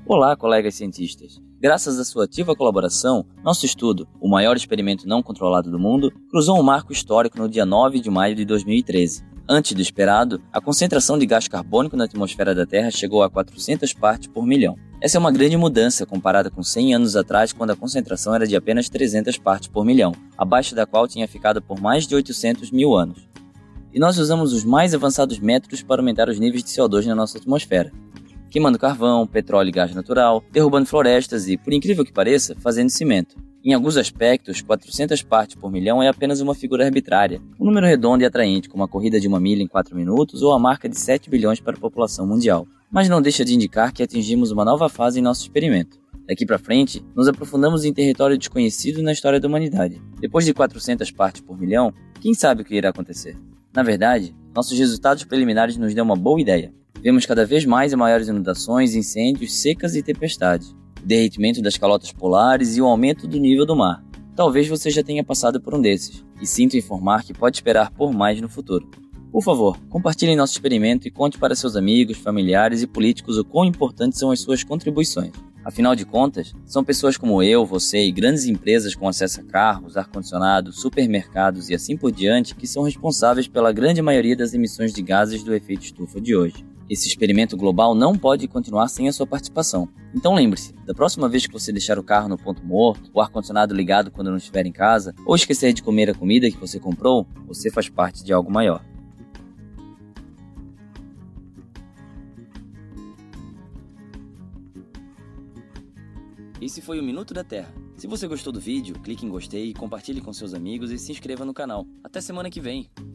Olá, colegas cientistas! Graças à sua ativa colaboração, nosso estudo, o maior experimento não controlado do mundo, cruzou um marco histórico no dia 9 de maio de 2013. Antes do esperado, a concentração de gás carbônico na atmosfera da Terra chegou a 400 partes por milhão. Essa é uma grande mudança comparada com 100 anos atrás, quando a concentração era de apenas 300 partes por milhão, abaixo da qual tinha ficado por mais de 800 mil anos. E nós usamos os mais avançados métodos para aumentar os níveis de CO2 na nossa atmosfera, queimando carvão, petróleo e gás natural, derrubando florestas e, por incrível que pareça, fazendo cimento. Em alguns aspectos, 400 partes por milhão é apenas uma figura arbitrária, um número redondo e atraente, como a corrida de 1 milha em 4 minutos ou a marca de 7 bilhões para a população mundial. Mas não deixa de indicar que atingimos uma nova fase em nosso experimento. Daqui para frente, nos aprofundamos em território desconhecido na história da humanidade. Depois de 400 partes por milhão, quem sabe o que irá acontecer? Na verdade, nossos resultados preliminares nos dão uma boa ideia. Vemos cada vez mais e maiores inundações, incêndios, secas e tempestades, o derretimento das calotas polares e o aumento do nível do mar. Talvez você já tenha passado por um desses, e sinto informar que pode esperar por mais no futuro. Por favor, compartilhe nosso experimento e conte para seus amigos, familiares e políticos o quão importantes são as suas contribuições. Afinal de contas, são pessoas como eu, você e grandes empresas com acesso a carros, ar-condicionado, supermercados e assim por diante que são responsáveis pela grande maioria das emissões de gases do efeito estufa de hoje. Esse experimento global não pode continuar sem a sua participação. Então lembre-se, da próxima vez que você deixar o carro no ponto morto, o ar-condicionado ligado quando não estiver em casa, ou esquecer de comer a comida que você comprou, você faz parte de algo maior. Esse foi o Minuto da Terra. Se você gostou do vídeo, clique em gostei, compartilhe com seus amigos e se inscreva no canal. Até semana que vem!